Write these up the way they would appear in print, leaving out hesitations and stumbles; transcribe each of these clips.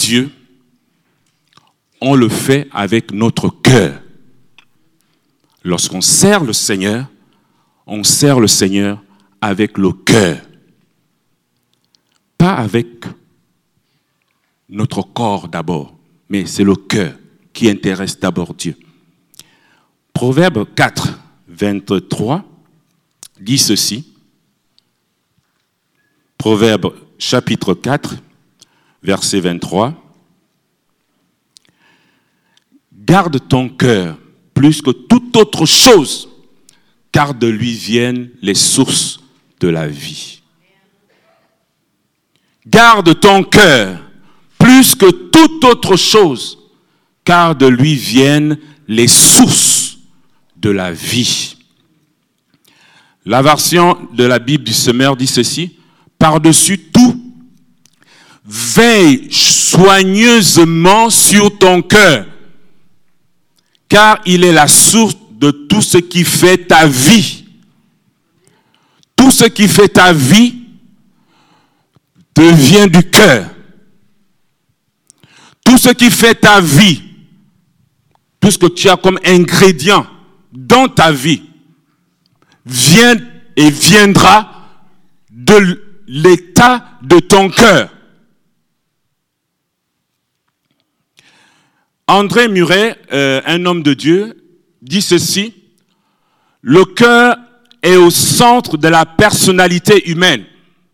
Dieu, on le fait avec notre cœur. Lorsqu'on sert le Seigneur, on sert le Seigneur avec le cœur. Pas avec notre corps d'abord, mais c'est le cœur qui intéresse d'abord Dieu. Proverbe 4, 23 dit ceci. Proverbe chapitre 4, verset 23. Garde ton cœur plus que toute autre chose, car de lui viennent les sources de la vie. Garde ton cœur plus que toute autre chose, car de lui viennent les sources de la vie. La version de la Bible du Semeur dit ceci. Par-dessus tout, veille soigneusement sur ton cœur, car il est la source de tout ce qui fait ta vie. Tout ce qui fait ta vie devient du cœur. Tout ce qui fait ta vie, tout ce que tu as comme ingrédient dans ta vie, vient et viendra de l'état de ton cœur. André Muret, un homme de Dieu, dit ceci: le cœur est au centre de la personnalité humaine.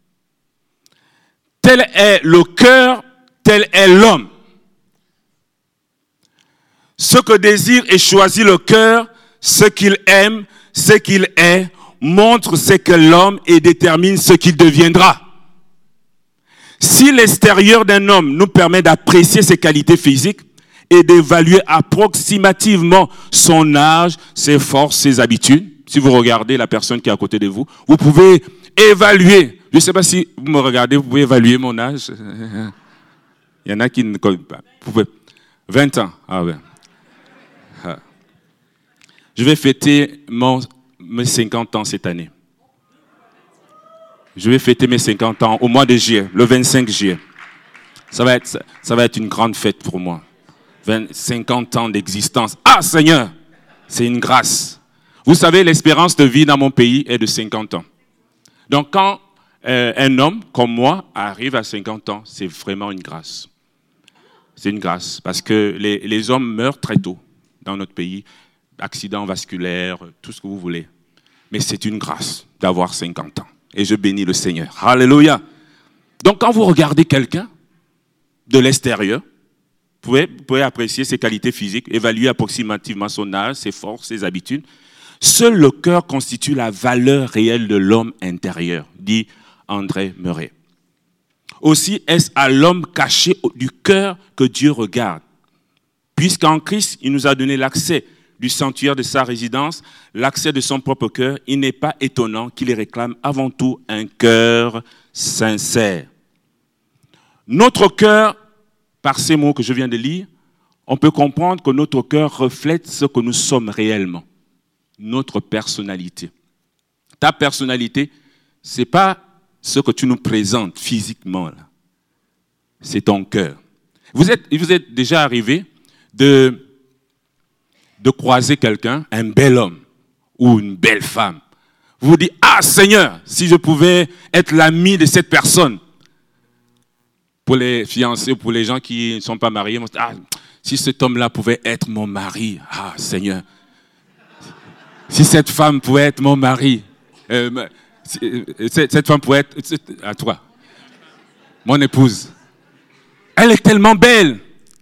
Tel est le cœur, tel est l'homme. Ce que désire et choisit le cœur, ce qu'il aime, ce qu'il est, montre ce que l'homme et détermine ce qu'il deviendra. Si l'extérieur d'un homme nous permet d'apprécier ses qualités physiques et d'évaluer approximativement son âge, ses forces, ses habitudes, si vous regardez la personne qui est à côté de vous, vous pouvez évaluer. Je ne sais pas si vous me regardez, vous pouvez évaluer mon âge. Il y en a qui ne connaissent pas. Vous pouvez. 20 ans. Ah ouais. Je vais fêter mes 50 ans cette année. Je vais fêter mes 50 ans au mois de juillet, le 25 juillet. Ça va être une grande fête pour moi. 50 ans d'existence. Ah Seigneur, c'est une grâce. Vous savez, l'espérance de vie dans mon pays est de 50 ans. Donc quand un homme comme moi arrive à 50 ans, c'est vraiment une grâce. C'est une grâce parce que les hommes meurent très tôt dans notre pays. Accidents vasculaires, tout ce que vous voulez. Mais c'est une grâce d'avoir 50 ans. Et je bénis le Seigneur. Alléluia. Donc quand vous regardez quelqu'un de l'extérieur, vous pouvez apprécier ses qualités physiques, évaluer approximativement son âge, ses forces, ses habitudes. Seul le cœur constitue la valeur réelle de l'homme intérieur, dit André Muret. Aussi est-ce à l'homme caché du cœur que Dieu regarde. Puisqu'en Christ, il nous a donné l'accès du sanctuaire de sa résidence, l'accès de son propre cœur, il n'est pas étonnant qu'il réclame avant tout un cœur sincère. Notre cœur, par ces mots que je viens de lire, on peut comprendre que notre cœur reflète ce que nous sommes réellement, notre personnalité. Ta personnalité, ce n'est pas ce que tu nous présentes physiquement, là. C'est ton cœur. Vous êtes déjà arrivé de croiser quelqu'un, un bel homme ou une belle femme. Vous vous dites, ah Seigneur, si je pouvais être l'ami de cette personne. Pour les fiancés, pour les gens qui ne sont pas mariés, ah, si cet homme-là pouvait être mon mari, ah Seigneur. Si cette femme pouvait être mon mari, cette femme pouvait être à toi, mon épouse. Elle est tellement belle.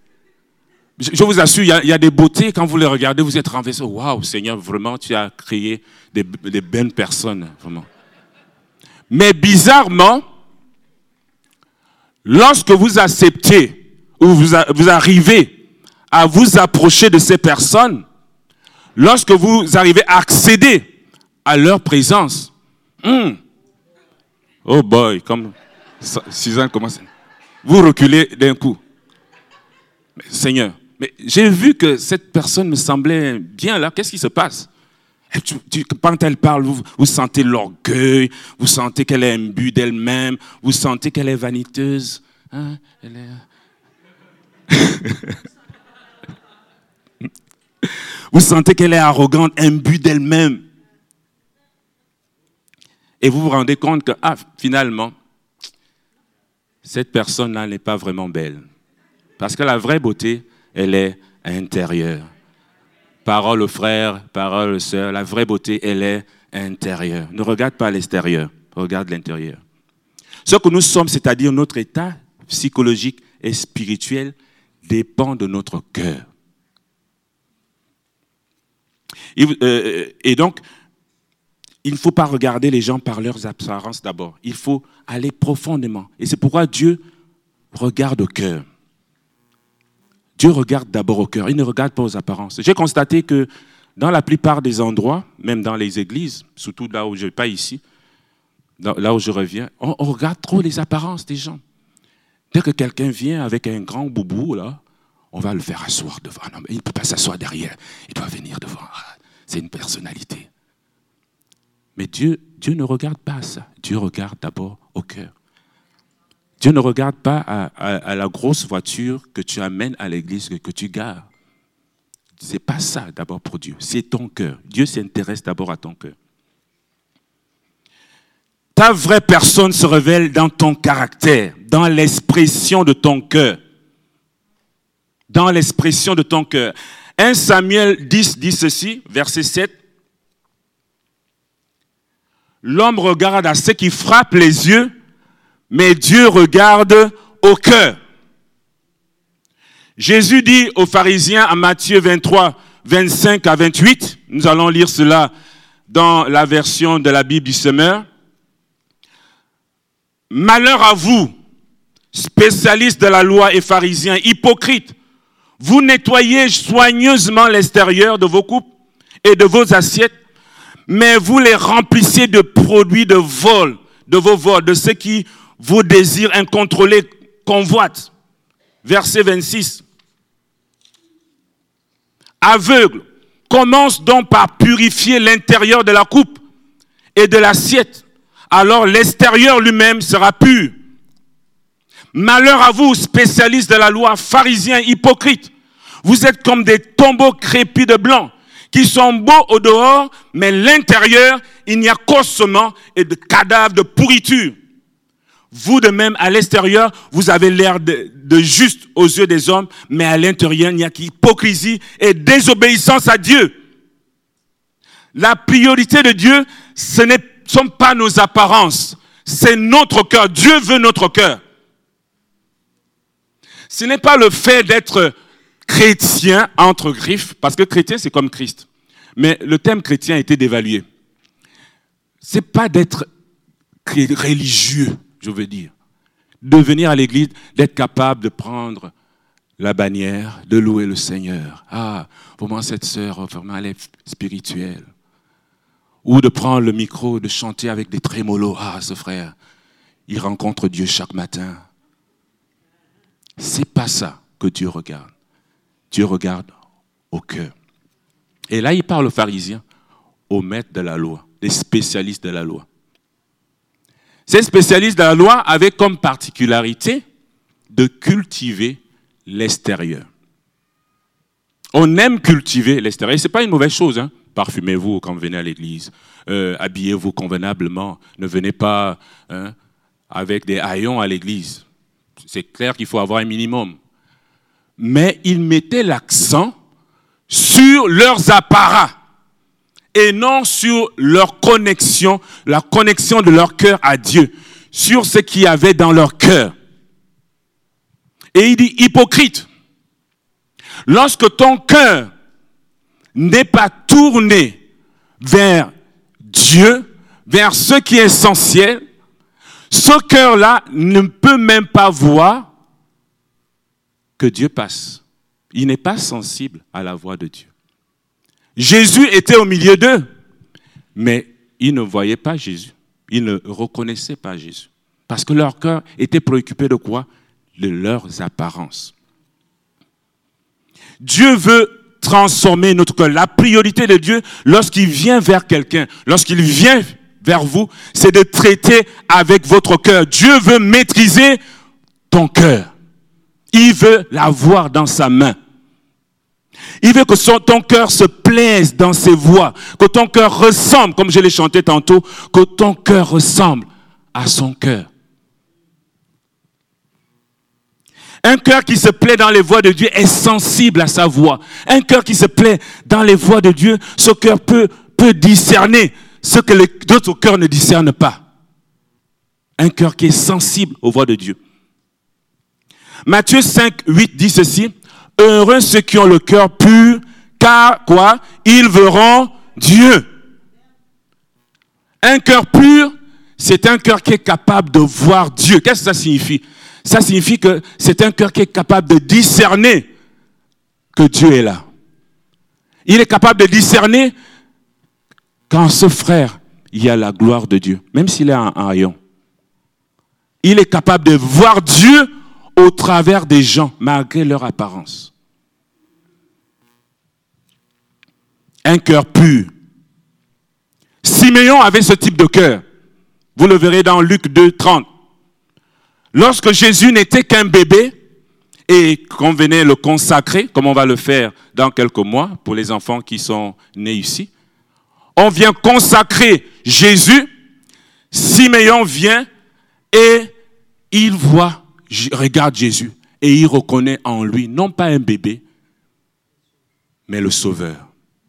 Je vous assure, il y a des beautés, quand vous les regardez, vous êtes renversés. Waouh, Seigneur, vraiment, tu as créé des belles personnes, vraiment. Mais bizarrement, lorsque vous acceptez ou vous arrivez à vous approcher de ces personnes, lorsque vous arrivez à accéder à leur présence, oh boy, comme Suzanne commence, vous reculez d'un coup. Mais, Seigneur, mais j'ai vu que cette personne me semblait bien là. Qu'est-ce qui se passe? Quand elle parle, vous sentez l'orgueil, vous sentez qu'elle est imbue d'elle-même, vous sentez qu'elle est vaniteuse. Hein? Vous sentez qu'elle est arrogante, imbue d'elle-même. Et vous vous rendez compte que, finalement, cette personne-là n'est pas vraiment belle. Parce que la vraie beauté, elle est intérieure. Parole aux frères, parole aux sœurs, la vraie beauté, elle est intérieure. Ne regarde pas l'extérieur, regarde l'intérieur. Ce que nous sommes, c'est-à-dire notre état psychologique et spirituel, dépend de notre cœur. Et donc, il ne faut pas regarder les gens par leurs apparences d'abord. Il faut aller profondément. Et c'est pourquoi Dieu regarde au cœur. Dieu regarde d'abord au cœur. Il ne regarde pas aux apparences. J'ai constaté que dans la plupart des endroits, même dans les églises, surtout là où je ne vais pas ici, là où je reviens, on regarde trop les apparences des gens. Dès que quelqu'un vient avec un grand boubou, là, on va le faire asseoir devant. Non, mais il ne peut pas s'asseoir derrière. Il doit venir devant. C'est une personnalité. Mais Dieu ne regarde pas à ça. Dieu regarde d'abord au cœur. Dieu ne regarde pas à la grosse voiture que tu amènes à l'église, que tu gares. Ce n'est pas ça d'abord pour Dieu. C'est ton cœur. Dieu s'intéresse d'abord à ton cœur. Ta vraie personne se révèle dans ton caractère, dans l'expression de ton cœur. Dans l'expression de ton cœur. 1 Samuel 10 dit ceci, verset 7. L'homme regarde à ce qui frappe les yeux, mais Dieu regarde au cœur. Jésus dit aux pharisiens à Matthieu 23, 25 à 28, nous allons lire cela dans la version de la Bible du Semeur. Malheur à vous, spécialistes de la loi et pharisiens, hypocrites, vous nettoyez soigneusement l'extérieur de vos coupes et de vos assiettes, mais vous les remplissez de produits de vol, de vos vols, de ce qui vos désirs incontrôlés convoitent. Verset 26. Aveugle, commence donc par purifier l'intérieur de la coupe et de l'assiette. Alors l'extérieur lui-même sera pur. Malheur à vous, spécialistes de la loi, pharisiens, hypocrites. Vous êtes comme des tombeaux crépus de blanc, qui sont beaux au dehors, mais l'intérieur, il n'y a qu'ossements et de cadavres de pourriture. Vous de même, à l'extérieur, vous avez l'air de juste aux yeux des hommes, mais à l'intérieur, il n'y a qu'hypocrisie et désobéissance à Dieu. La priorité de Dieu, ce ne sont pas nos apparences, c'est notre cœur. Dieu veut notre cœur. Ce n'est pas le fait d'être chrétien, entre griffes, parce que chrétien, c'est comme Christ. Mais le terme chrétien a été dévalué. Ce n'est pas d'être religieux, je veux dire. De venir à l'église, d'être capable de prendre la bannière, de louer le Seigneur. Ah, vraiment cette sœur, vraiment elle est spirituelle. Ou de prendre le micro, de chanter avec des trémolos. Ah, ce frère, il rencontre Dieu chaque matin. C'est pas ça que Dieu regarde. Dieu regarde au cœur. Et là, il parle aux pharisiens, aux maîtres de la loi, des spécialistes de la loi. Ces spécialistes de la loi avaient comme particularité de cultiver l'extérieur. On aime cultiver l'extérieur. Ce n'est pas une mauvaise chose. Hein. Parfumez-vous quand vous venez à l'église. Habillez-vous convenablement. Ne venez pas avec des haillons à l'église. C'est clair qu'il faut avoir un minimum. Mais ils mettaient l'accent sur leurs apparats et non sur leur connexion, la connexion de leur cœur à Dieu, sur ce qu'il y avait dans leur cœur. Et il dit, hypocrite, lorsque ton cœur n'est pas tourné vers Dieu, vers ce qui est essentiel, ce cœur-là ne peut même pas voir que Dieu passe. Il n'est pas sensible à la voix de Dieu. Jésus était au milieu d'eux, mais ils ne voyaient pas Jésus. Ils ne reconnaissaient pas Jésus. Parce que leur cœur était préoccupé de quoi? De leurs apparences. Dieu veut transformer notre cœur. La priorité de Dieu, lorsqu'il vient vers quelqu'un, lorsqu'il vient vers vous, c'est de traiter avec votre cœur. Dieu veut maîtriser ton cœur. Il veut l'avoir dans sa main. Il veut que ton cœur se plaise dans ses voies, que ton cœur ressemble, comme je l'ai chanté tantôt, que ton cœur ressemble à son cœur. Un cœur qui se plaît dans les voies de Dieu est sensible à sa voix. Un cœur qui se plaît dans les voies de Dieu, ce cœur peut discerner ce que d'autres cœurs ne discernent pas. Un cœur qui est sensible aux voix de Dieu. Matthieu 5, 8 dit ceci. Heureux ceux qui ont le cœur pur, car quoi? Ils verront Dieu. Un cœur pur, c'est un cœur qui est capable de voir Dieu. Qu'est-ce que ça signifie? Ça signifie que c'est un cœur qui est capable de discerner que Dieu est là. Il est capable de discerner qu'en ce frère, il y a la gloire de Dieu, même s'il est en rayon. Il est capable de voir Dieu au travers des gens, malgré leur apparence. Un cœur pur. Siméon avait ce type de cœur. Vous le verrez dans Luc 2, 30. Lorsque Jésus n'était qu'un bébé et qu'on venait le consacrer, comme on va le faire dans quelques mois pour les enfants qui sont nés ici, on vient consacrer Jésus. Siméon vient et il regarde Jésus et il reconnaît en lui, non pas un bébé, mais le Sauveur.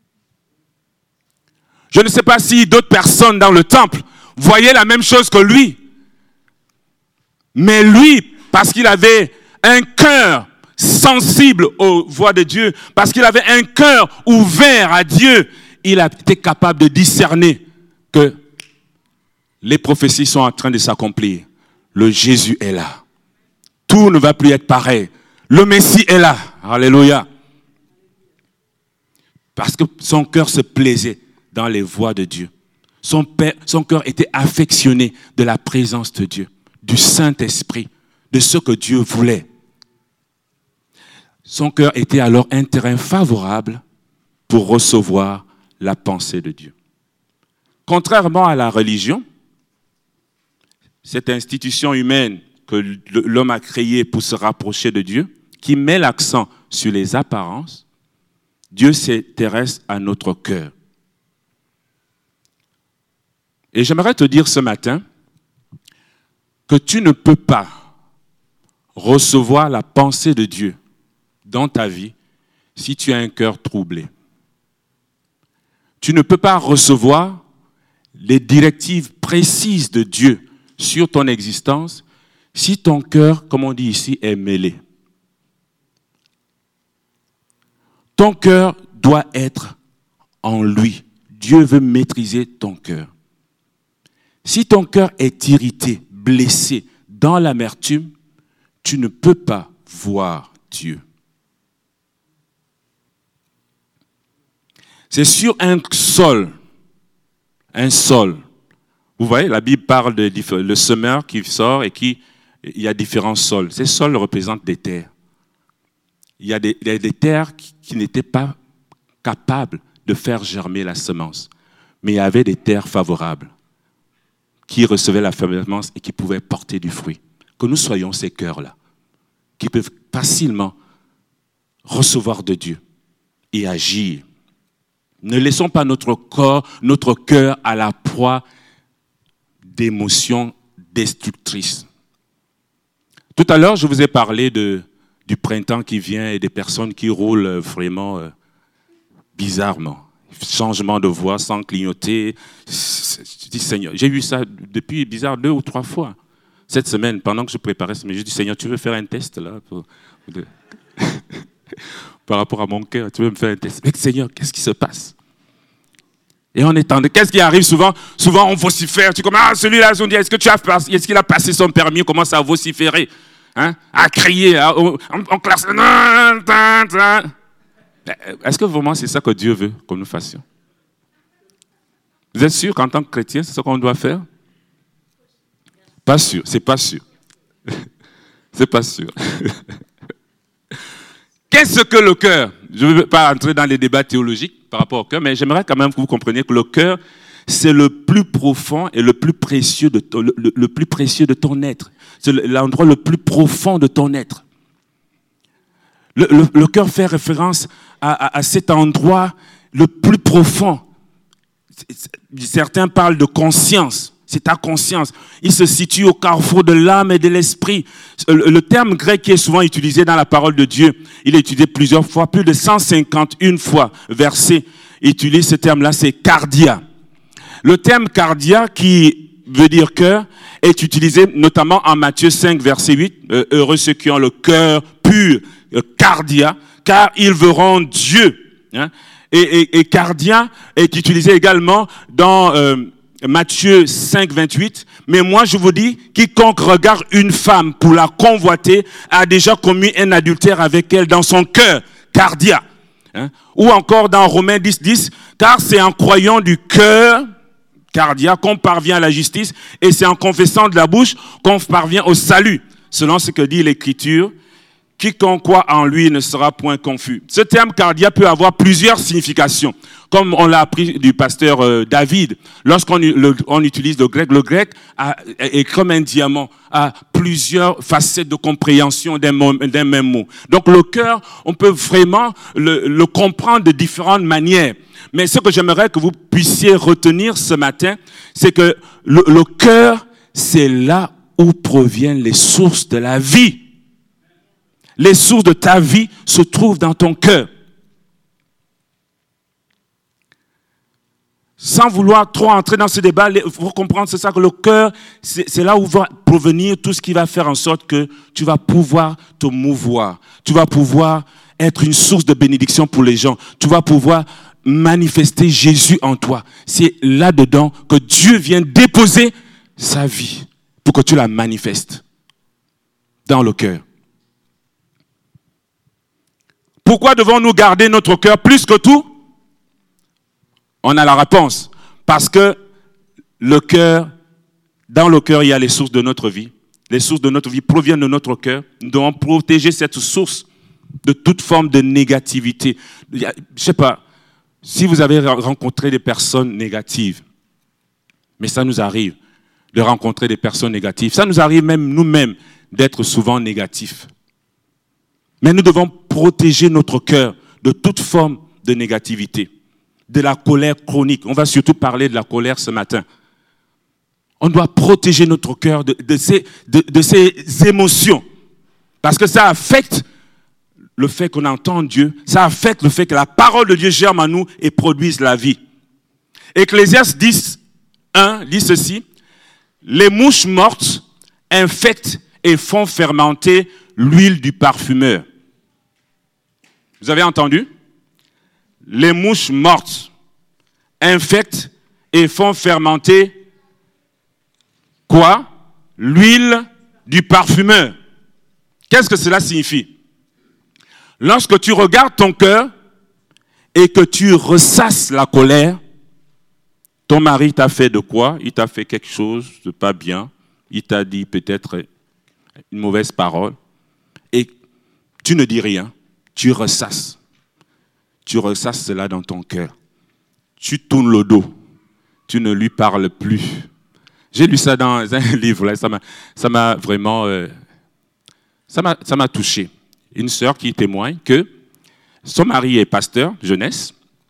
Je ne sais pas si d'autres personnes dans le temple voyaient la même chose que lui. Mais lui, parce qu'il avait un cœur sensible aux voix de Dieu, parce qu'il avait un cœur ouvert à Dieu, il a été capable de discerner que les prophéties sont en train de s'accomplir. Le Jésus est là. Tout ne va plus être pareil. Le Messie est là. Alléluia. Parce que son cœur se plaisait dans les voies de Dieu. Son cœur était affectionné de la présence de Dieu, du Saint-Esprit, de ce que Dieu voulait. Son cœur était alors un terrain favorable pour recevoir la pensée de Dieu. Contrairement à la religion, cette institution humaine que l'homme a créée pour se rapprocher de Dieu, qui met l'accent sur les apparences, Dieu s'intéresse à notre cœur. Et j'aimerais te dire ce matin que tu ne peux pas recevoir la pensée de Dieu dans ta vie si tu as un cœur troublé. Tu ne peux pas recevoir les directives précises de Dieu sur ton existence si ton cœur, comme on dit ici, est mêlé. Ton cœur doit être en lui. Dieu veut maîtriser ton cœur. Si ton cœur est irrité, blessé, dans l'amertume, tu ne peux pas voir Dieu. C'est sur un sol. Vous voyez, la Bible parle de le semeur qui sort et il y a différents sols. Ces sols représentent des terres. Il y a des terres qui n'étaient pas capables de faire germer la semence. Mais il y avait des terres favorables qui recevaient la semence et qui pouvaient porter du fruit. Que nous soyons ces cœurs-là, qui peuvent facilement recevoir de Dieu et agir. Ne laissons pas notre corps, notre cœur à la proie d'émotions destructrices. Tout à l'heure, je vous ai parlé du printemps qui vient et des personnes qui roulent vraiment bizarrement. Changement de voix sans clignoter. Je dis, Seigneur, j'ai vu ça depuis 2 ou 3 fois. Cette semaine, pendant que je préparais ce message, je dis, Seigneur, tu veux faire un test là par rapport à mon cœur, tu veux me faire un test. Mais Seigneur, qu'est-ce qui se passe? Et on est qu'est-ce qui arrive souvent? Souvent, on vocifère. Tu commences, celui-là, on dit, est-ce qu'il a passé son permis? On commence à vociférer, à crier, on classe. Est-ce que vraiment c'est ça que Dieu veut que nous fassions? Vous êtes sûr qu'en tant que chrétien, c'est ce qu'on doit faire? Pas sûr, c'est pas sûr. C'est pas sûr. Qu'est-ce que le cœur? Je ne veux pas entrer dans les débats théologiques par rapport au cœur, mais j'aimerais quand même que vous compreniez que le cœur, c'est le plus profond et le plus précieux de ton être. C'est l'endroit le plus profond de ton être. Le cœur fait référence à cet endroit le plus profond. Certains parlent de conscience. C'est ta conscience. Il se situe au carrefour de l'âme et de l'esprit. Le terme grec qui est souvent utilisé dans la parole de Dieu, il est utilisé plusieurs fois, plus de 151 fois versé. Il utilise ce terme-là, c'est cardia. Le terme cardia, qui veut dire cœur, est utilisé notamment en Matthieu 5, verset 8. Heureux ceux qui ont le cœur pur, cardia, car ils verront Dieu. Hein? Et cardia est utilisé également dans Matthieu 5, 28. Mais moi, je vous dis, quiconque regarde une femme pour la convoiter a déjà commis un adultère avec elle dans son cœur, cardia. Hein? Ou encore dans Romains 10, 10, car c'est en croyant du cœur, cardia, qu'on parvient à la justice, et c'est en confessant de la bouche qu'on parvient au salut, selon ce que dit l'Écriture. Quiconque croit en lui ne sera point confus. Ce terme cardia peut avoir plusieurs significations. Comme on l'a appris du pasteur David, lorsqu'on utilise le grec est comme un diamant, a plusieurs facettes de compréhension d'un même mot. Donc le cœur, on peut vraiment le comprendre de différentes manières. Mais ce que j'aimerais que vous puissiez retenir ce matin, c'est que le cœur, c'est là où proviennent les sources de la vie. Les sources de ta vie se trouvent dans ton cœur. Sans vouloir trop entrer dans ce débat, il faut comprendre, c'est ça que le cœur, c'est là où va provenir tout ce qui va faire en sorte que tu vas pouvoir te mouvoir. Tu vas pouvoir être une source de bénédiction pour les gens. Tu vas pouvoir manifester Jésus en toi. C'est là-dedans que Dieu vient déposer sa vie pour que tu la manifestes dans le cœur. Pourquoi devons-nous garder notre cœur plus que tout? On a la réponse. Parce que le cœur, dans le cœur, il y a les sources de notre vie. Les sources de notre vie proviennent de notre cœur. Nous devons protéger cette source de toute forme de négativité. Je ne sais pas, si vous avez rencontré des personnes négatives, mais ça nous arrive de rencontrer des personnes négatives. Ça nous arrive même nous-mêmes d'être souvent négatifs. Mais nous devons protéger notre cœur de toute forme de négativité, de la colère chronique. On va surtout parler de la colère ce matin. On doit protéger notre cœur de ces émotions. Parce que ça affecte le fait qu'on entend Dieu. Ça affecte le fait que la parole de Dieu germe en nous et produise la vie. Ecclésiaste 10, 1 dit ceci. Les mouches mortes infectent et font fermenter l'huile du parfumeur. Vous avez entendu? Les mouches mortes infectent et font fermenter quoi? L'huile du parfumeur. Qu'est-ce que cela signifie? Lorsque tu regardes ton cœur et que tu ressasses la colère, ton mari t'a fait de quoi? Il t'a fait quelque chose de pas bien. Il t'a dit peut-être une mauvaise parole. Et tu ne dis rien. Tu ressasses. Tu ressasses cela dans ton cœur. Tu tournes le dos. Tu ne lui parles plus. J'ai lu ça dans un livre. Là, ça m'a vraiment... ça m'a touché. Une sœur qui témoigne que son mari est pasteur, jeunesse,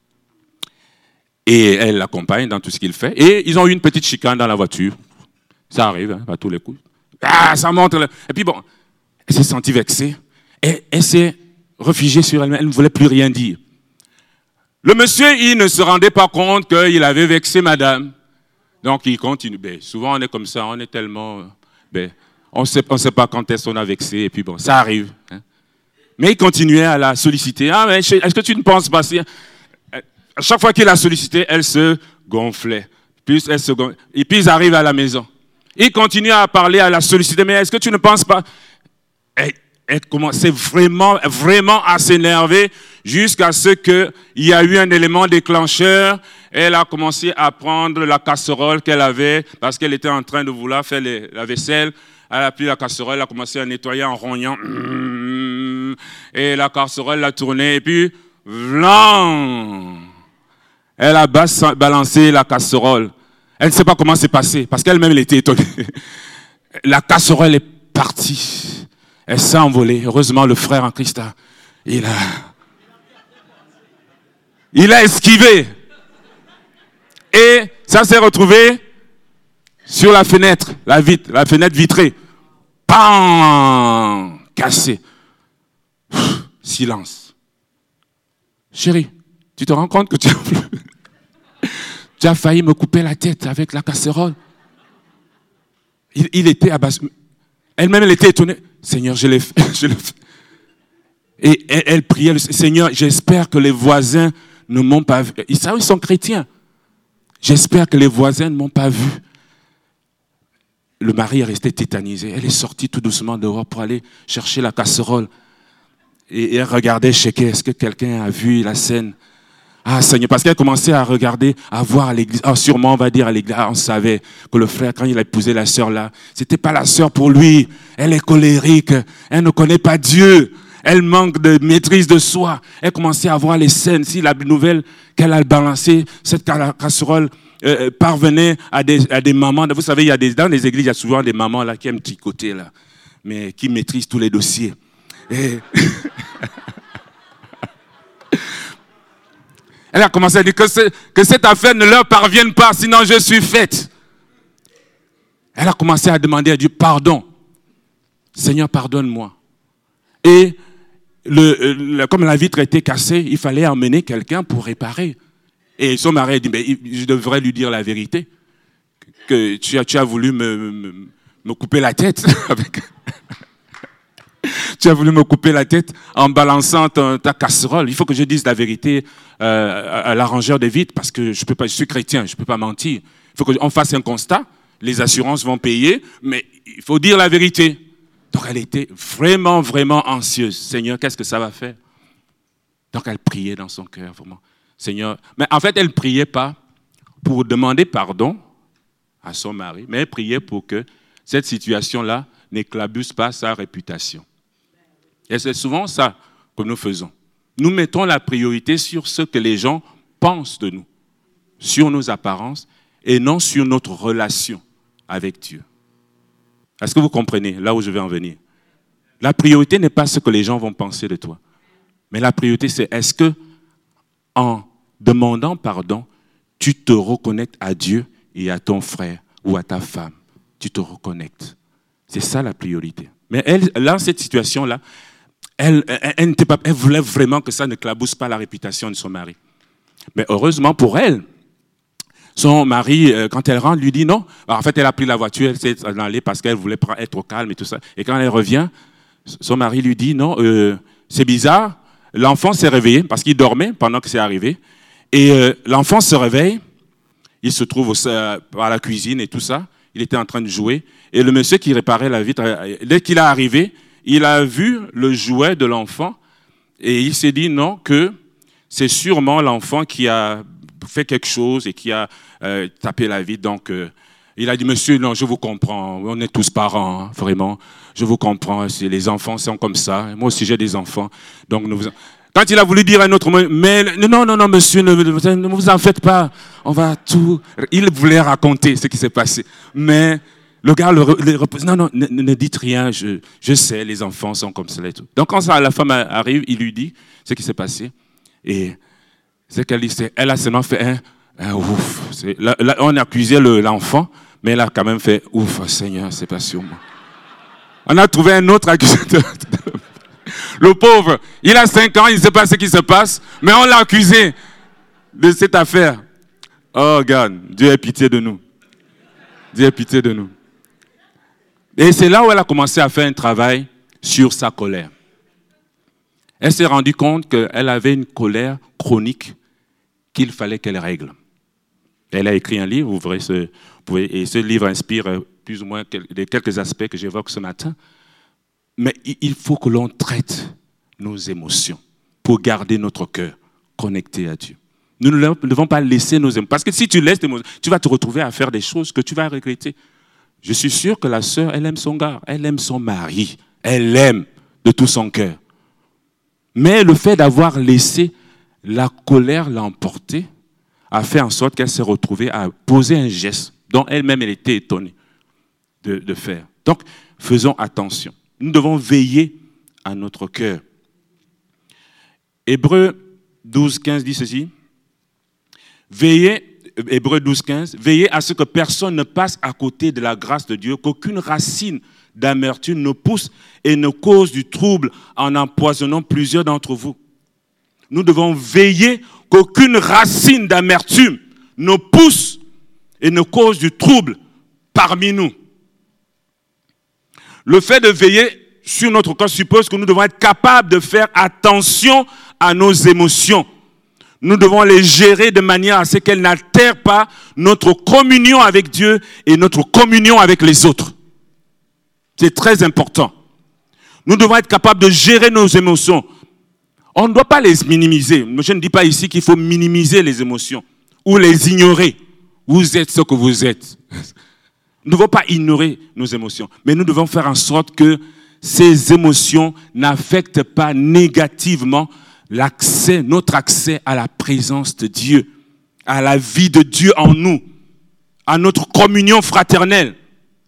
et elle l'accompagne dans tout ce qu'il fait. Et ils ont eu une petite chicane dans la voiture. Ça arrive, à tous les coups. Ah, ça monte. Et puis bon, elle s'est sentie vexée. Et elle s'est réfugiée sur elle-même. Elle ne voulait plus rien dire. Le monsieur, il ne se rendait pas compte qu'il avait vexé madame. Donc, il continue. Ben, souvent, on est comme ça. On est tellement... on ne sait pas quand est-ce qu'on a vexé. Et puis bon, ça arrive. Hein. Mais il continuait à la solliciter. Ah, mais est-ce que tu ne penses pas si... À chaque fois qu'il la sollicitait, elle se gonflait. Et puis, ils arrivent à la maison. Il continue à parler, à la solliciter. Mais est-ce que tu ne penses pas... Elle commençait vraiment à s'énerver jusqu'à ce qu'il y a eu un élément déclencheur. Elle a commencé à prendre la casserole qu'elle avait parce qu'elle était en train de vouloir faire la vaisselle. Elle a pris la casserole, elle a commencé à nettoyer en rognant. Et la casserole l'a tournée et puis, vlan, elle a balancé la casserole. Elle ne sait pas comment c'est passé parce qu'elle-même elle était étonnée. La casserole est partie. Elle s'est envolée. Heureusement, le frère en Christ Il a esquivé. Et ça s'est retrouvé sur la fenêtre, la fenêtre vitrée. Pam! Cassé. Silence. Chérie, tu te rends compte que tu as failli me couper la tête avec la casserole. Il était abasourdi. Elle-même, elle était étonnée. Seigneur, je l'ai fait. Et elle priait, Seigneur, j'espère que les voisins ne m'ont pas vu. Ils sont chrétiens. J'espère que les voisins ne m'ont pas vu. Le mari est resté tétanisé. Elle est sortie tout doucement dehors pour aller chercher la casserole. Et elle regardait, checker, est-ce que quelqu'un a vu la scène? Ah Seigneur, parce qu'elle commençait à regarder, à voir à l'église. Ah, sûrement, on va dire à l'église, on savait que le frère, quand il a épousé la sœur là, c'était pas la sœur pour lui. Elle est colérique, elle ne connaît pas Dieu, elle manque de maîtrise de soi. Elle commençait à voir les scènes. Si la nouvelle qu'elle a balancée, cette casserole parvenait à des mamans. Vous savez, dans les églises, il y a souvent des mamans là qui aiment tricoter là, mais qui maîtrisent tous les dossiers. Et elle a commencé à dire que cette affaire ne leur parvienne pas, sinon je suis faite. Elle a commencé à demander à Dieu pardon. Seigneur, pardonne-moi. Et comme la vitre était cassée, il fallait emmener quelqu'un pour réparer. Et son mari a dit, mais je devrais lui dire la vérité, que tu as voulu me couper la tête avec... Tu as voulu me couper la tête en balançant ta casserole. Il faut que je dise la vérité à l'arrangeur des vitres parce que je suis chrétien, je ne peux pas mentir. Il faut qu'on fasse un constat. Les assurances vont payer, mais il faut dire la vérité. Donc elle était vraiment, vraiment anxieuse. Seigneur, qu'est-ce que ça va faire? Donc elle priait dans son cœur, vraiment. Seigneur, mais en fait, elle ne priait pas pour demander pardon à son mari, mais elle priait pour que cette situation-là n'éclabousse pas sa réputation. Et c'est souvent ça que nous faisons. Nous mettons la priorité sur ce que les gens pensent de nous, sur nos apparences et non sur notre relation avec Dieu. Est-ce que vous comprenez là où je vais en venir? La priorité n'est pas ce que les gens vont penser de toi. Mais la priorité, c'est est-ce que, en demandant pardon, tu te reconnectes à Dieu et à ton frère ou à ta femme. Tu te reconnectes. C'est ça la priorité. Mais elle, dans cette situation-là, elle voulait vraiment que ça ne clabousse pas la réputation de son mari. Mais heureusement pour elle, son mari, quand elle rentre, lui dit non. Alors, en fait, elle a pris la voiture, elle s'est en allée parce qu'elle voulait être au calme et tout ça. Et quand elle revient, son mari lui dit non, c'est bizarre. L'enfant s'est réveillé parce qu'il dormait pendant que c'est arrivé. Et l'enfant se réveille, il se trouve à la cuisine et tout ça. Il était en train de jouer. Et le monsieur qui réparait la vitre, dès qu'il est arrivé, il a vu le jouet de l'enfant et il s'est dit non, que c'est sûrement l'enfant qui a fait quelque chose et qui a tapé la vitre. Donc, il a dit, monsieur, non, je vous comprends. On est tous parents, hein, vraiment. Je vous comprends. Les enfants sont comme ça. Moi aussi, j'ai des enfants. Donc, quand il a voulu dire à un autre mot, mais non, monsieur, ne vous en faites pas. On va tout... Il voulait raconter ce qui s'est passé. Mais le gars le repose. Non, ne dites rien. Je sais, les enfants sont comme ça et tout. Donc, quand la femme arrive, il lui dit ce qui s'est passé. Et ce qu'elle dit, elle a seulement fait un ouf. Là, on accusait l'enfant, mais elle a quand même fait ouf, Seigneur, c'est pas sur moi. On a trouvé un autre accusateur. Le pauvre, il a 5 ans, il ne sait pas ce qui se passe, mais on l'a accusé de cette affaire. Oh, God, Dieu ait pitié de nous. Dieu ait pitié de nous. Et c'est là où elle a commencé à faire un travail sur sa colère. Elle s'est rendue compte qu'elle avait une colère chronique qu'il fallait qu'elle règle. Elle a écrit un livre, et ce livre inspire plus ou moins quelques aspects que j'évoque ce matin. Mais il faut que l'on traite nos émotions pour garder notre cœur connecté à Dieu. Nous ne devons pas laisser nos émotions. Parce que si tu laisses tes émotions, tu vas te retrouver à faire des choses que tu vas regretter. Je suis sûr que la sœur, elle aime son gars, elle aime son mari, elle l'aime de tout son cœur. Mais le fait d'avoir laissé la colère l'emporter a fait en sorte qu'elle s'est retrouvée à poser un geste dont elle-même elle était étonnée de faire. Donc, faisons attention. Nous devons veiller à notre cœur. Hébreux 12, 15 dit ceci. Hébreux 12, 15, veillez à ce que personne ne passe à côté de la grâce de Dieu, qu'aucune racine d'amertume ne pousse et ne cause du trouble en empoisonnant plusieurs d'entre vous. Nous devons veiller qu'aucune racine d'amertume ne pousse et ne cause du trouble parmi nous. Le fait de veiller sur notre corps suppose que nous devons être capables de faire attention à nos émotions. Nous devons les gérer de manière à ce qu'elles n'altèrent pas notre communion avec Dieu et notre communion avec les autres. C'est très important. Nous devons être capables de gérer nos émotions. On ne doit pas les minimiser. Je ne dis pas ici qu'il faut minimiser les émotions ou les ignorer. Vous êtes ce que vous êtes. Nous ne devons pas ignorer nos émotions, mais nous devons faire en sorte que ces émotions n'affectent pas négativement notre accès à la présence de Dieu, à la vie de Dieu en nous, à notre communion fraternelle.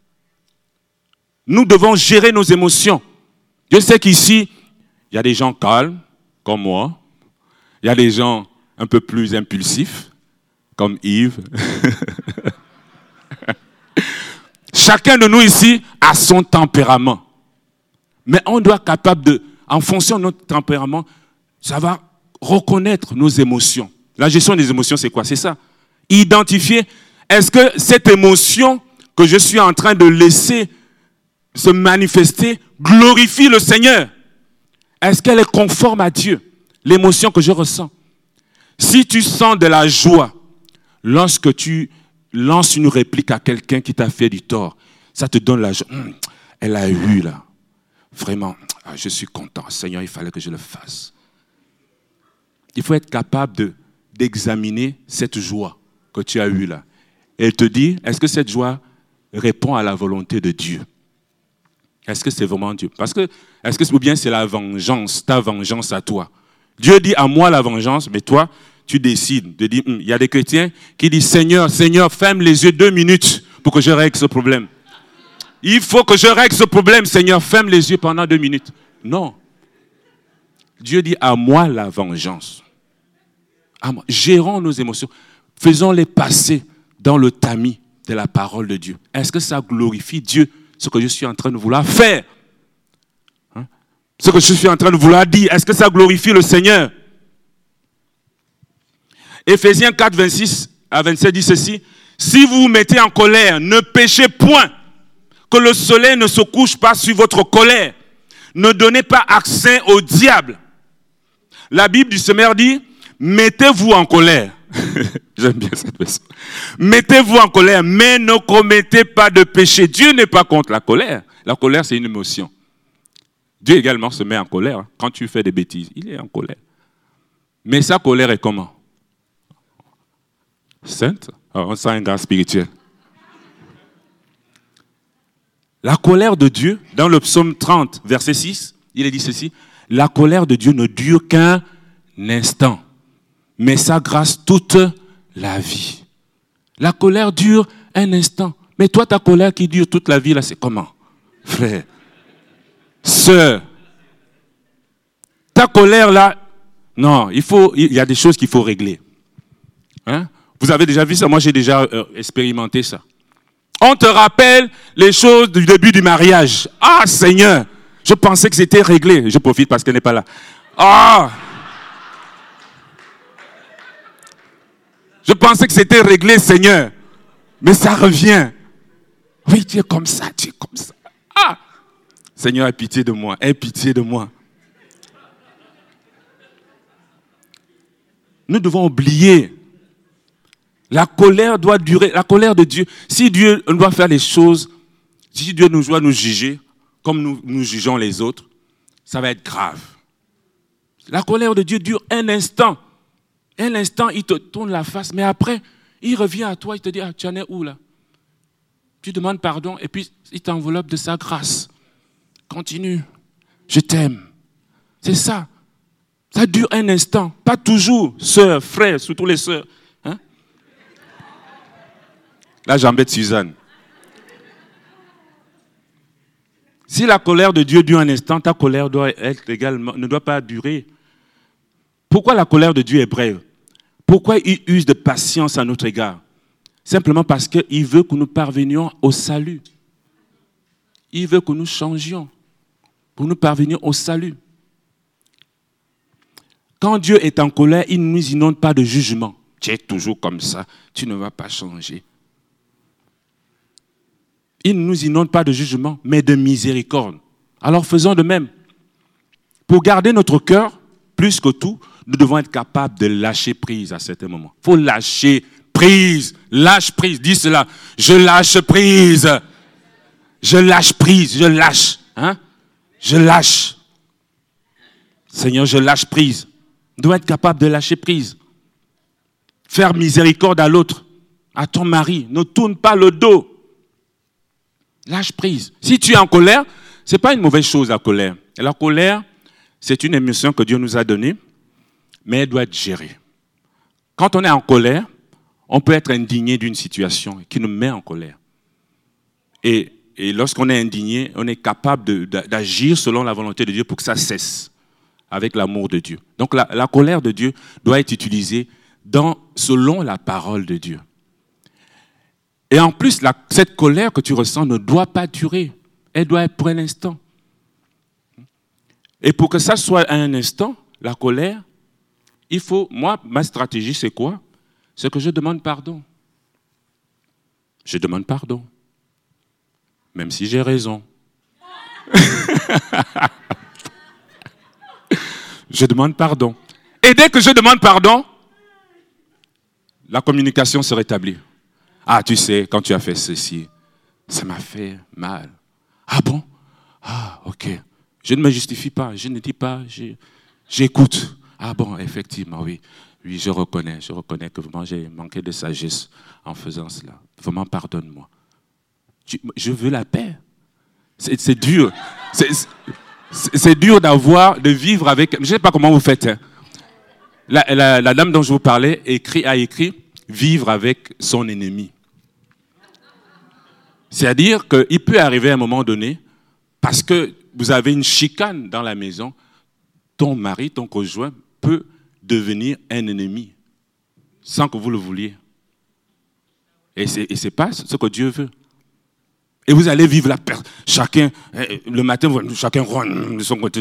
Nous devons gérer nos émotions. Je sais qu'ici, il y a des gens calmes, comme moi. Il y a des gens un peu plus impulsifs, comme Yves. Chacun de nous ici a son tempérament. Mais on doit être capable en fonction de notre tempérament, ça va reconnaître nos émotions. La gestion des émotions, c'est quoi? C'est ça. Identifier, est-ce que cette émotion que je suis en train de laisser se manifester glorifie le Seigneur? Est-ce qu'elle est conforme à Dieu? L'émotion que je ressens. Si tu sens de la joie lorsque tu lances une réplique à quelqu'un qui t'a fait du tort, ça te donne la joie. Elle a eu là. Vraiment, je suis content. Seigneur, il fallait que je le fasse. Il faut être capable d'examiner cette joie que tu as eue là. Et te dire, est-ce que cette joie répond à la volonté de Dieu? Est-ce que c'est vraiment Dieu? Ou bien c'est la vengeance, ta vengeance à toi. Dieu dit à moi la vengeance, mais toi, tu décides de dire, il y a des chrétiens qui disent, Seigneur, ferme les yeux 2 minutes pour que je règle ce problème. Il faut que je règle ce problème, Seigneur, ferme les yeux pendant 2 minutes. Non. Dieu dit à moi la vengeance. À moi. Gérons nos émotions. Faisons-les passer dans le tamis de la parole de Dieu. Est-ce que ça glorifie Dieu, ce que je suis en train de vouloir faire? Ce que je suis en train de vouloir dire, est-ce que ça glorifie le Seigneur? Éphésiens 4, 26 à 27 dit ceci. Si vous vous mettez en colère, ne péchez point. Que le soleil ne se couche pas sur votre colère. Ne donnez pas accès au diable. La Bible du Semeur dit, mettez-vous en colère. J'aime bien cette version. Mettez-vous en colère, mais ne commettez pas de péché. Dieu n'est pas contre la colère. La colère, c'est une émotion. Dieu également se met en colère. Quand tu fais des bêtises, il est en colère. Mais sa colère est comment? Sainte? On sent un gars spirituel. La colère de Dieu, dans le psaume 30, verset 6, il est dit ceci. La colère de Dieu ne dure qu'un instant, mais sa grâce toute la vie. La colère dure un instant. Mais toi, ta colère qui dure toute la vie, là, c'est comment? Frère, sœur, ta colère, là, non, il y a des choses qu'il faut régler. Hein? Vous avez déjà vu ça? Moi, j'ai déjà expérimenté ça. On te rappelle les choses du début du mariage. Ah, Seigneur, je pensais que c'était réglé. Je profite parce qu'elle n'est pas là. Ah! Je pensais que c'était réglé, Seigneur. Mais ça revient. Oui, tu es comme ça, tu es comme ça. Ah! Seigneur, aie pitié de moi, aie pitié de moi. Nous devons oublier. La colère doit durer, la colère de Dieu. Si Dieu doit faire les choses, si Dieu doit nous juger, comme nous jugeons les autres, ça va être grave. La colère de Dieu dure un instant. Un instant, il te tourne la face, mais après, il revient à toi, il te dit, ah, tu en es où là? Tu demandes pardon, et puis il t'enveloppe de sa grâce. Continue. Je t'aime. C'est ça. Ça dure un instant. Pas toujours, sœurs, frères, surtout les sœurs. Là, j'embête Suzanne. Si la colère de Dieu dure un instant, ta colère doit être également, ne doit pas durer. Pourquoi la colère de Dieu est brève? Pourquoi il use de patience à notre égard? Simplement parce qu'il veut que nous parvenions au salut. Il veut que nous changions pour nous parvenir au salut. Quand Dieu est en colère, il ne nous inonde pas de jugement. Tu es toujours comme ça, tu ne vas pas changer. Il ne nous inonde pas de jugement, mais de miséricorde. Alors faisons de même. Pour garder notre cœur, plus que tout, nous devons être capables de lâcher prise à certains moments. Il faut lâcher prise. Lâche prise. Dis cela. Je lâche prise. Je lâche prise. Je lâche. Hein? Je lâche. Seigneur, je lâche prise. Nous devons être capables de lâcher prise. Faire miséricorde à l'autre, à ton mari. Ne tourne pas le dos. Lâche prise. Si tu es en colère, ce n'est pas une mauvaise chose, la colère. Et la colère, c'est une émotion que Dieu nous a donnée, mais elle doit être gérée. Quand on est en colère, on peut être indigné d'une situation qui nous met en colère. Et lorsqu'on est indigné, on est capable d'agir selon la volonté de Dieu pour que ça cesse, avec l'amour de Dieu. Donc la colère de Dieu doit être utilisée selon la parole de Dieu. Et en plus, cette colère que tu ressens ne doit pas durer. Elle doit être pour un instant. Et pour que ça soit à un instant, la colère, ma stratégie, c'est quoi? C'est que je demande pardon. Je demande pardon. Même si j'ai raison. Je demande pardon. Et dès que je demande pardon, la communication se rétablit. Ah, tu sais, quand tu as fait ceci, ça m'a fait mal. Ah bon? Ah, ok. Je ne me justifie pas, je ne dis pas, j'écoute. Ah bon, effectivement, oui. Oui, je reconnais que vraiment j'ai manqué de sagesse en faisant cela. Vraiment, pardonne-moi. Je veux la paix. C'est dur. C'est dur de vivre avec... Je ne sais pas comment vous faites. Hein. La dame dont je vous parlais a écrit « Vivre avec son ennemi ». C'est-à-dire qu'il peut arriver à un moment donné, parce que vous avez une chicane dans la maison, ton mari, ton conjoint peut devenir un ennemi, sans que vous le vouliez. Et ce n'est pas ce que Dieu veut. Et vous allez vivre chacun, le matin, chacun rogne de son côté.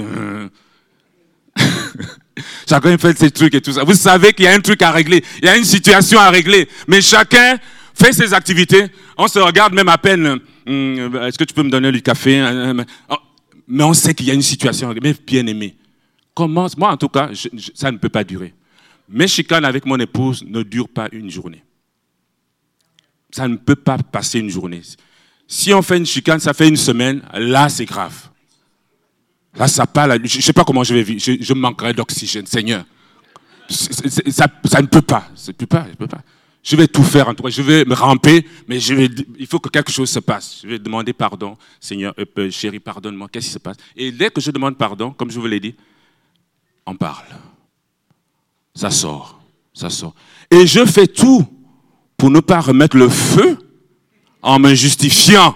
Chacun fait ses trucs et tout ça. Vous savez qu'il y a un truc à régler, il y a une situation à régler, mais chacun fait ses activités. On se regarde même à peine. Est-ce que tu peux me donner du café? Mais on sait qu'il y a une situation. Mais bien aimé. Moi, en tout cas, ça ne peut pas durer. Mes chicanes avec mon épouse ne durent pas une journée. Ça ne peut pas passer une journée. Si on fait une chicane, ça fait une semaine. Là, c'est grave. Là, ça parle. Je ne sais pas comment je vais vivre. Je manquerai d'oxygène, Seigneur. Ça ne peut pas. Je ne peux pas. Je vais tout faire en tout cas. Je vais me ramper, mais il faut que quelque chose se passe. Je vais demander pardon. Seigneur, chérie, pardonne-moi. Qu'est-ce qui se passe? Et dès que je demande pardon, comme je vous l'ai dit, on parle. Ça sort. Et je fais tout pour ne pas remettre le feu en me justifiant.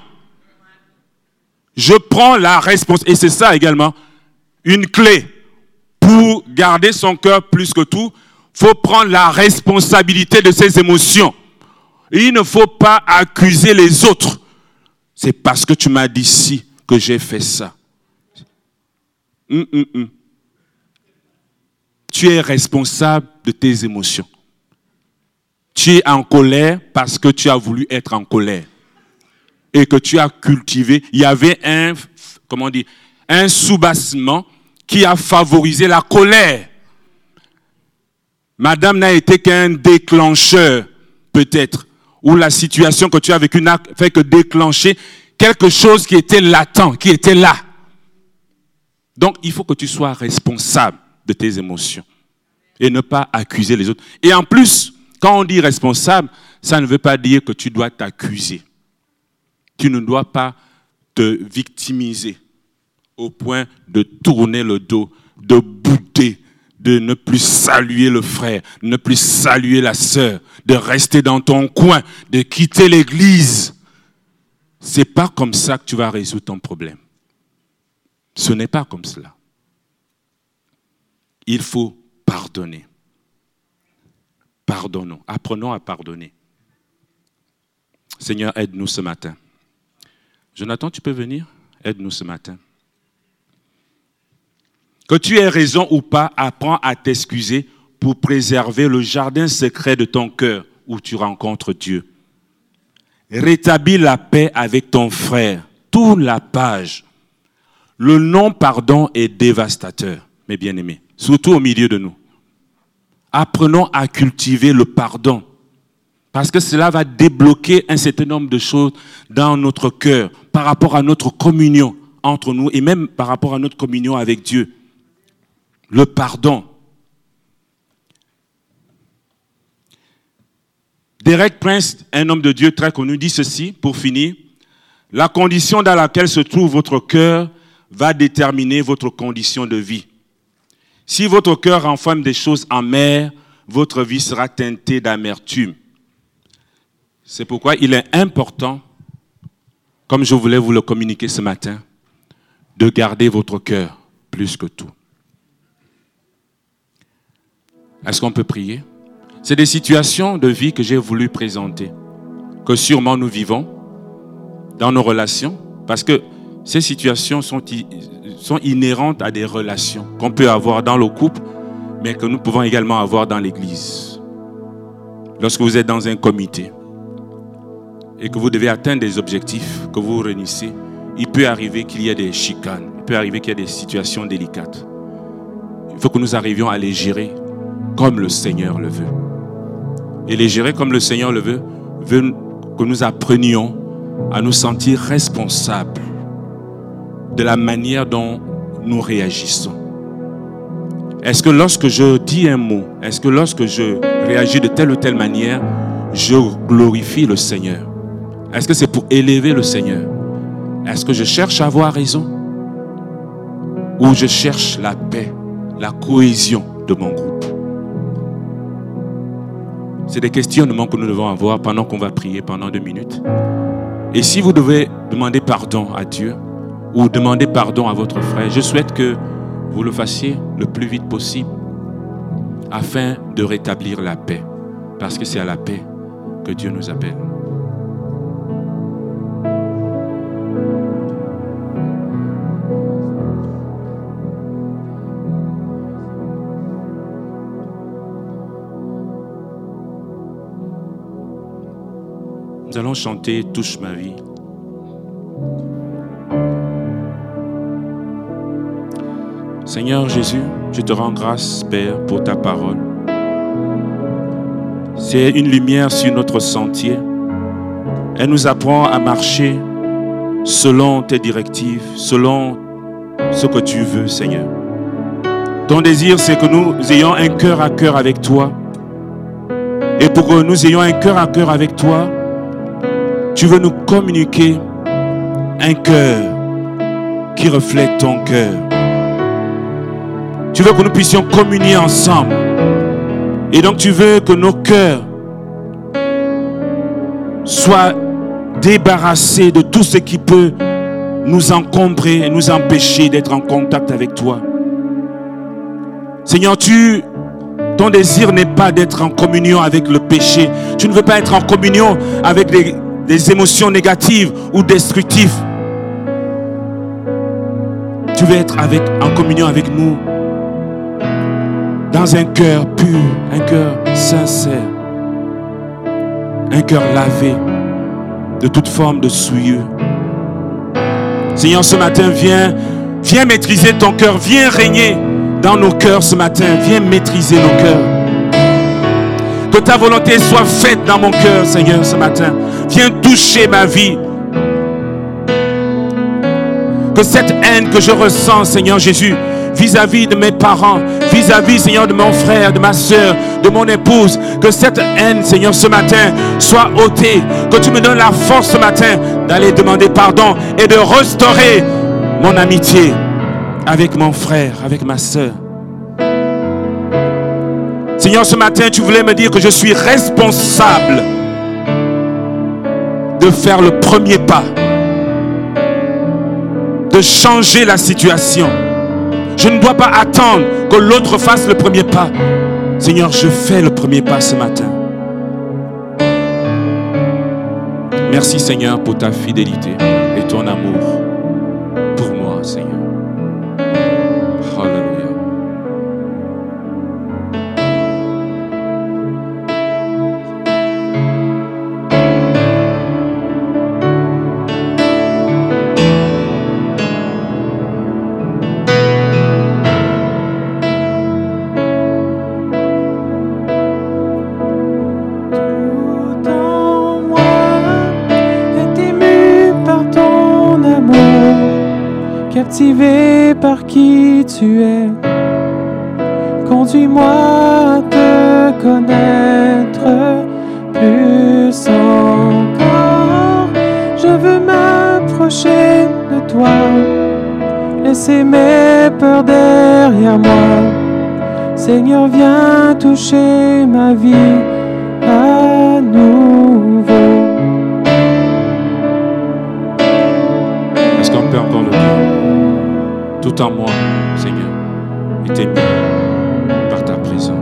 Je prends la responsabilité. Et c'est ça également, une clé pour garder son cœur plus que tout. Il faut prendre la responsabilité de ses émotions. Il ne faut pas accuser les autres. C'est parce que tu m'as dit si que j'ai fait ça. Tu es responsable de tes émotions. Tu es en colère parce que tu as voulu être en colère. Et que tu as cultivé. Il y avait un soubassement qui a favorisé la colère. Madame n'a été qu'un déclencheur, peut-être, ou la situation que tu as vécue n'a fait que déclencher quelque chose qui était latent, qui était là. Donc, il faut que tu sois responsable de tes émotions et ne pas accuser les autres. Et en plus, quand on dit responsable, ça ne veut pas dire que tu dois t'accuser. Tu ne dois pas te victimiser au point de tourner le dos, de bouder, de ne plus saluer le frère, ne plus saluer la sœur, de rester dans ton coin, de quitter l'église. Ce n'est pas comme ça que tu vas résoudre ton problème. Ce n'est pas comme cela. Il faut pardonner. Pardonnons, apprenons à pardonner. Seigneur, aide-nous ce matin. Jonathan, tu peux venir? Aide-nous ce matin. Que tu aies raison ou pas, apprends à t'excuser pour préserver le jardin secret de ton cœur où tu rencontres Dieu. Rétablis la paix avec ton frère. Tourne la page. Le non-pardon est dévastateur, mes bien-aimés, surtout au milieu de nous. Apprenons à cultiver le pardon, parce que cela va débloquer un certain nombre de choses dans notre cœur, par rapport à notre communion entre nous et même par rapport à notre communion avec Dieu. Le pardon. Derek Prince, un homme de Dieu très connu, dit ceci, pour finir. La condition dans laquelle se trouve votre cœur va déterminer votre condition de vie. Si votre cœur renferme des choses amères, votre vie sera teintée d'amertume. C'est pourquoi il est important, comme je voulais vous le communiquer ce matin, de garder votre cœur plus que tout. Est-ce qu'on peut prier? C'est des situations de vie que j'ai voulu présenter, que sûrement nous vivons dans nos relations, parce que ces situations sont inhérentes à des relations qu'on peut avoir dans le couple, mais que nous pouvons également avoir dans l'église. Lorsque vous êtes dans un comité et que vous devez atteindre des objectifs, que vous réunissez, il peut arriver qu'il y ait des chicanes, il peut arriver qu'il y ait des situations délicates. Il faut que nous arrivions à les gérer comme le Seigneur le veut. Et les gérer comme le Seigneur le veut que nous apprenions à nous sentir responsables de la manière dont nous réagissons. Est-ce que lorsque je dis un mot, est-ce que lorsque je réagis de telle ou telle manière, je glorifie le Seigneur? Est-ce que c'est pour élever le Seigneur? Est-ce que je cherche à avoir raison? Ou je cherche la paix, la cohésion de mon groupe? C'est des questionnements que nous devons avoir pendant qu'on va prier pendant 2 minutes. Et si vous devez demander pardon à Dieu, ou demander pardon à votre frère, je souhaite que vous le fassiez le plus vite possible afin de rétablir la paix. Parce que c'est à la paix que Dieu nous appelle. Nous allons chanter « Touche ma vie ». Seigneur Jésus, je te rends grâce, Père, pour ta parole. C'est une lumière sur notre sentier. Elle nous apprend à marcher selon tes directives, selon ce que tu veux, Seigneur. Ton désir, c'est que nous ayons un cœur à cœur avec toi. Et pour que nous ayons un cœur à cœur avec toi, tu veux nous communiquer un cœur qui reflète ton cœur. Tu veux que nous puissions communier ensemble. Et donc tu veux que nos cœurs soient débarrassés de tout ce qui peut nous encombrer et nous empêcher d'être en contact avec toi. Seigneur, ton désir n'est pas d'être en communion avec le péché. Tu ne veux pas être en communion avec des émotions négatives ou destructives. Tu veux être en communion avec nous dans un cœur pur, un cœur sincère, un cœur lavé de toute forme de souillure. Seigneur, ce matin, viens maîtriser ton cœur, viens régner dans nos cœurs ce matin, viens maîtriser nos cœurs. Que ta volonté soit faite dans mon cœur, Seigneur, ce matin. Viens toucher ma vie. Que cette haine que je ressens, Seigneur Jésus, vis-à-vis de mes parents, vis-à-vis, Seigneur, de mon frère, de ma soeur, de mon épouse, que cette haine, Seigneur, ce matin, soit ôtée. Que tu me donnes la force ce matin d'aller demander pardon et de restaurer mon amitié avec mon frère, avec ma soeur. Seigneur, ce matin, tu voulais me dire que je suis responsable de faire le premier pas, de changer la situation. Je ne dois pas attendre que l'autre fasse le premier pas. Seigneur, je fais le premier pas ce matin. Merci Seigneur pour ta fidélité et ton amour pour moi, Seigneur. Alléluia. Captivé par qui tu es, conduis-moi à te connaître plus encore. Je veux m'approcher de toi, laisser mes peurs derrière moi. Seigneur, viens toucher ma vie à nouveau. Est-ce qu'on peut encore le dire? Tout en moi, Seigneur, est ému par ta présence.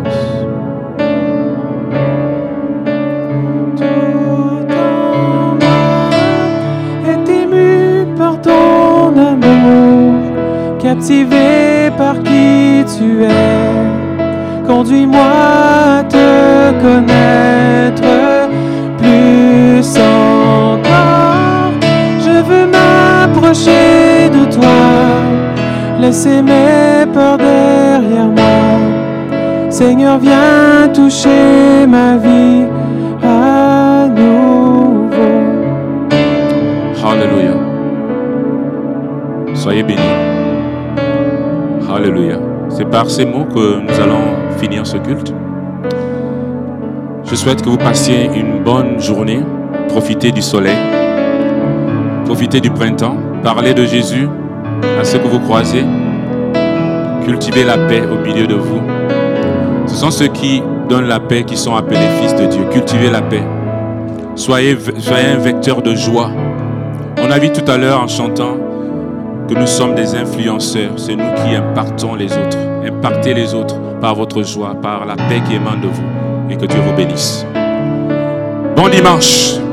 Tout en moi est ému par ton amour, captivé par qui tu es. Conduis-moi à te connaître plus encore. Je veux m'approcher de toi, laisser mes peurs derrière moi. Seigneur, viens toucher ma vie à nouveau. Alléluia. Soyez bénis. Alléluia. C'est par ces mots que nous allons finir ce culte. Je souhaite que vous passiez une bonne journée. Profitez du soleil. Profitez du printemps. Parlez de Jésus à ceux que vous croisez. Cultivez la paix au milieu de vous. Ce sont ceux qui donnent la paix qui sont appelés fils de Dieu. Cultivez la paix. Soyez un vecteur de joie. On a vu tout à l'heure en chantant que nous sommes des influenceurs. C'est nous qui impactons les autres. Impactez les autres par votre joie, par la paix qui émane de vous. Et que Dieu vous bénisse. Bon dimanche.